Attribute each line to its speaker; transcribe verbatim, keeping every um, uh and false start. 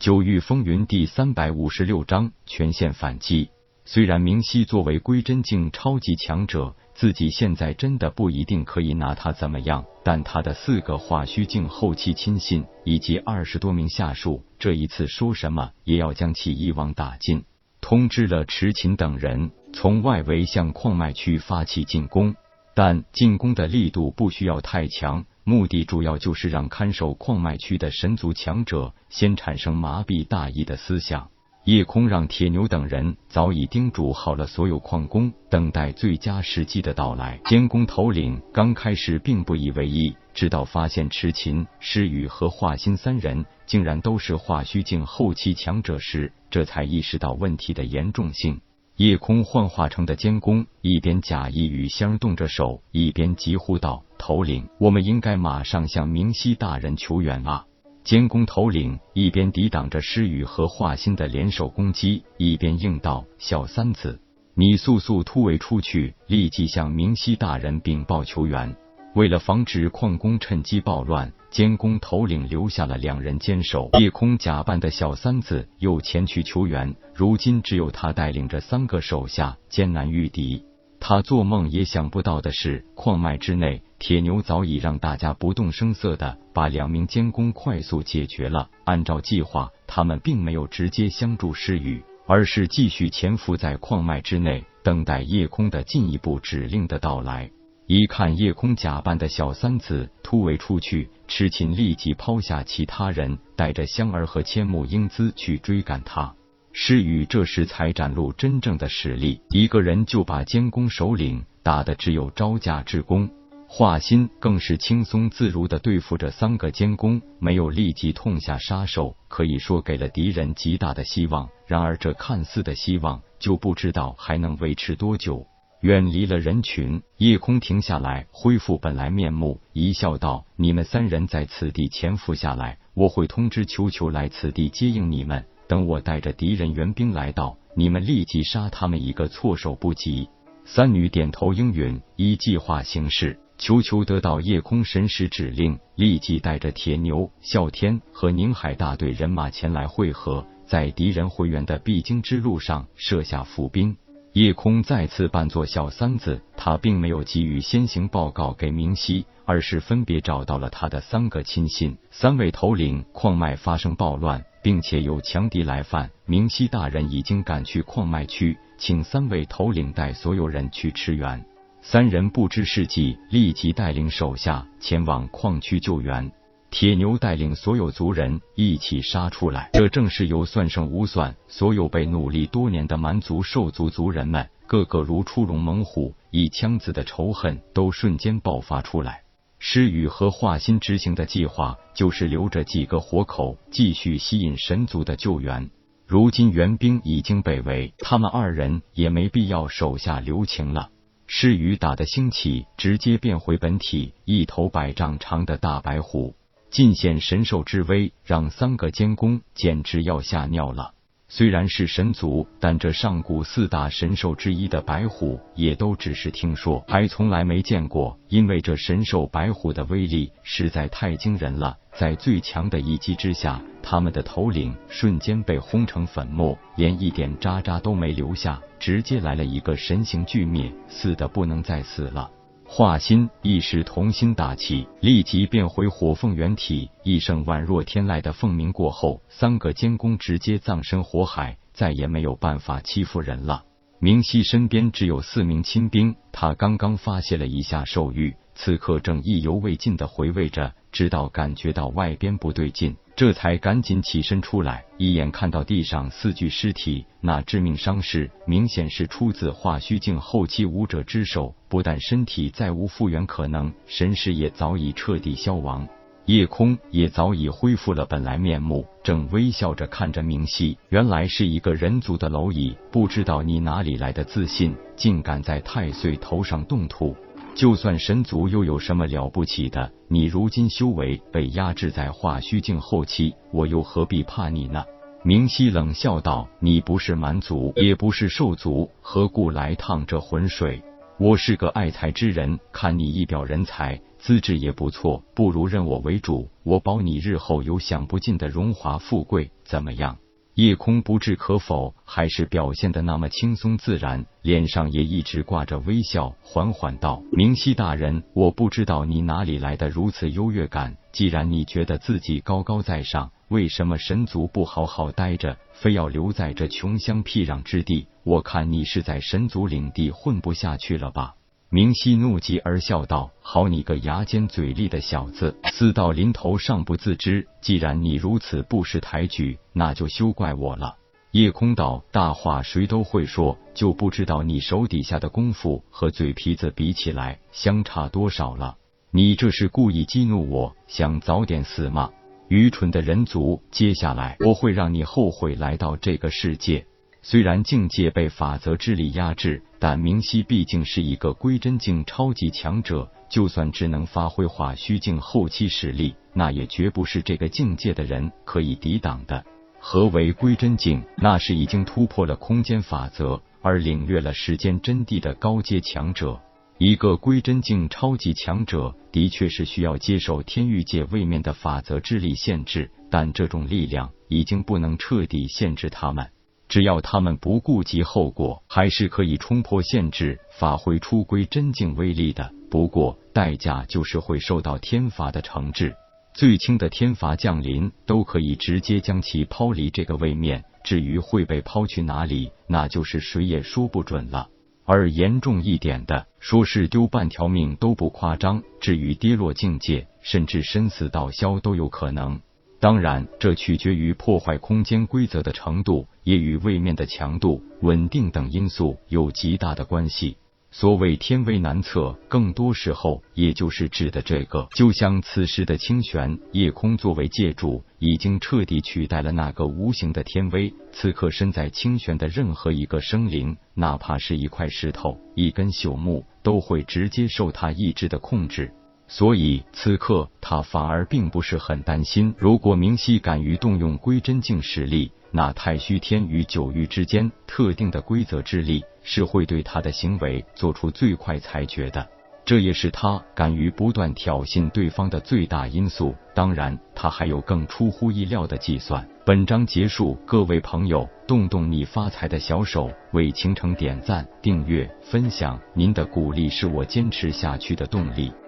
Speaker 1: 九域风云第三百五十六章全线反击。虽然明熙作为归真境超级强者，自己现在真的不一定可以拿他怎么样，但他的四个化虚境后期亲信以及二十多名下属，这一次说什么也要将其一网打尽。通知了池勤等人，从外围向矿脉区发起进攻，但进攻的力度不需要太强，目的主要就是让看守矿脉区的神族强者先产生麻痹大意的思想。夜空让铁牛等人早已叮嘱好了所有矿工，等待最佳时机的到来。监工头领刚开始并不以为意，直到发现池勤、诗雨和华心三人竟然都是化虚境后期强者时，这才意识到问题的严重性。夜空幻化成的监工一边假意与香动着手，一边疾呼道：“头领，我们应该马上向明熙大人求援啊！”监工头领一边抵挡着诗雨和华心的联手攻击，一边应道：“小三子，你速速突围出去，立即向明熙大人禀报求援。”为了防止矿工趁机暴乱，监工头领留下了两人坚守。夜空假扮的小三子又前去求援，如今只有他带领着三个手下艰难御敌。他做梦也想不到的是，矿脉之内，铁牛早已让大家不动声色的把两名监工快速解决了。按照计划，他们并没有直接相助诗雨，而是继续潜伏在矿脉之内，等待夜空的进一步指令的到来。一看夜空假扮的小三子突围出去，痴勤立即抛下其他人，带着香儿和千木英姿去追赶他。诗雨这时才展露真正的实力，一个人就把监工首领打得只有招架之功。华心更是轻松自如地对付着三个监工，没有立即痛下杀手，可以说给了敌人极大的希望。然而这看似的希望，就不知道还能维持多久。远离了人群，夜空停下来，恢复本来面目，一笑道：“你们三人在此地潜伏下来，我会通知球球来此地接应你们。等我带着敌人援兵来到，你们立即杀他们一个措手不及。”三女点头应允，依计划行事。球球得到夜空神使指令，立即带着铁牛、啸天和宁海大队人马前来会合，在敌人回援的必经之路上设下伏兵。夜空再次扮作小三子，他并没有急于先行报告给明熙，而是分别找到了他的三个亲信。三位头领，矿脉发生暴乱，并且有强敌来犯，明熙大人已经赶去矿脉区，请三位头领带所有人去驰援。三人不知是计，立即带领手下前往矿区救援。铁牛带领所有族人一起杀出来，这正是有算胜无算，所有被努力多年的蛮族兽族族人们，个个如出笼猛虎，一腔子的仇恨都瞬间爆发出来。诗雨和华心执行的计划就是留着几个活口，继续吸引神族的救援。如今援兵已经被围，他们二人也没必要手下留情了。诗雨打得兴起，直接变回本体，一头百丈长的大白虎。尽显神兽之威，让三个监工简直要吓尿了。虽然是神族，但这上古四大神兽之一的白虎也都只是听说，还从来没见过，因为这神兽白虎的威力实在太惊人了。在最强的一击之下，他们的头领瞬间被轰成粉末，连一点渣渣都没留下，直接来了一个神形俱灭，死的不能再死了。华心一时童心大起，立即变回火凤原体，一声宛若天籁的凤鸣过后，三个监工直接葬身火海，再也没有办法欺负人了。明熙身边只有四名亲兵，他刚刚发泄了一下兽欲，此刻正意犹未尽的回味着，直到感觉到外边不对劲，这才赶紧起身出来，一眼看到地上四具尸体，那致命伤势明显是出自化虚境后期武者之手，不但身体再无复原可能，神识也早已彻底消亡。夜空也早已恢复了本来面目，正微笑着看着明熙，原来是一个人族的蝼蚁，不知道你哪里来的自信，竟敢在太岁头上动土。就算神族又有什么了不起的？你如今修为被压制在化虚境后期，我又何必怕你呢？明熙冷笑道：“你不是蛮族，也不是兽族，何故来趟这浑水？” 我是个爱才之人，看你一表人才，资质也不错，不如认我为主，我保你日后有享不尽的荣华富贵，怎么样？”叶空不置可否，还是表现得那么轻松自然，脸上也一直挂着微笑，缓缓道：“明熹大人，我不知道你哪里来的如此优越感，既然你觉得自己高高在上，为什么神族不好好待着，非要留在这穷乡僻壤之地？我看你是在神族领地混不下去了吧？”明熹怒极而笑道：“好你个牙尖嘴利的小子，死到临头尚不自知，既然你如此不识抬举，那就休怪我了。”叶空道：“大话谁都会说，就不知道你手底下的功夫和嘴皮子比起来相差多少了。你这是故意激怒我，想早点死吗？愚蠢的人族，接下来我会让你后悔来到这个世界。”虽然境界被法则之力压制，但明熹毕竟是一个归真境超级强者，就算只能发挥化虚境后期实力，那也绝不是这个境界的人可以抵挡的。何为归真境？那是已经突破了空间法则，而领略了时间真谛的高阶强者。一个归真境超级强者，的确是需要接受天域界位面的法则之力限制，但这种力量已经不能彻底限制他们。只要他们不顾及后果，还是可以冲破限制，发挥出归真境威力的。不过，代价就是会受到天罚的惩治。最轻的天罚降临，都可以直接将其抛离这个位面。至于会被抛去哪里，那就是谁也说不准了。而严重一点的，说是丢半条命都不夸张。至于跌落境界，甚至生死道消都有可能。当然，这取决于破坏空间规则的程度，也与位面的强度、稳定等因素有极大的关系。所谓天威难测，更多时候也就是指的这个。就像此时的清玄，夜空作为界主，已经彻底取代了那个无形的天威。此刻身在清玄的任何一个生灵，哪怕是一块石头、一根朽木，都会直接受他意志的控制。所以此刻他反而并不是很担心，如果明熹敢于动用归真境实力，那太虚天与九域之间特定的规则之力是会对他的行为做出最快裁决的。这也是他敢于不断挑衅对方的最大因素。当然，他还有更出乎意料的计算。本章结束，各位朋友，动动你发财的小手，为倾城点赞、订阅、分享，您的鼓励是我坚持下去的动力。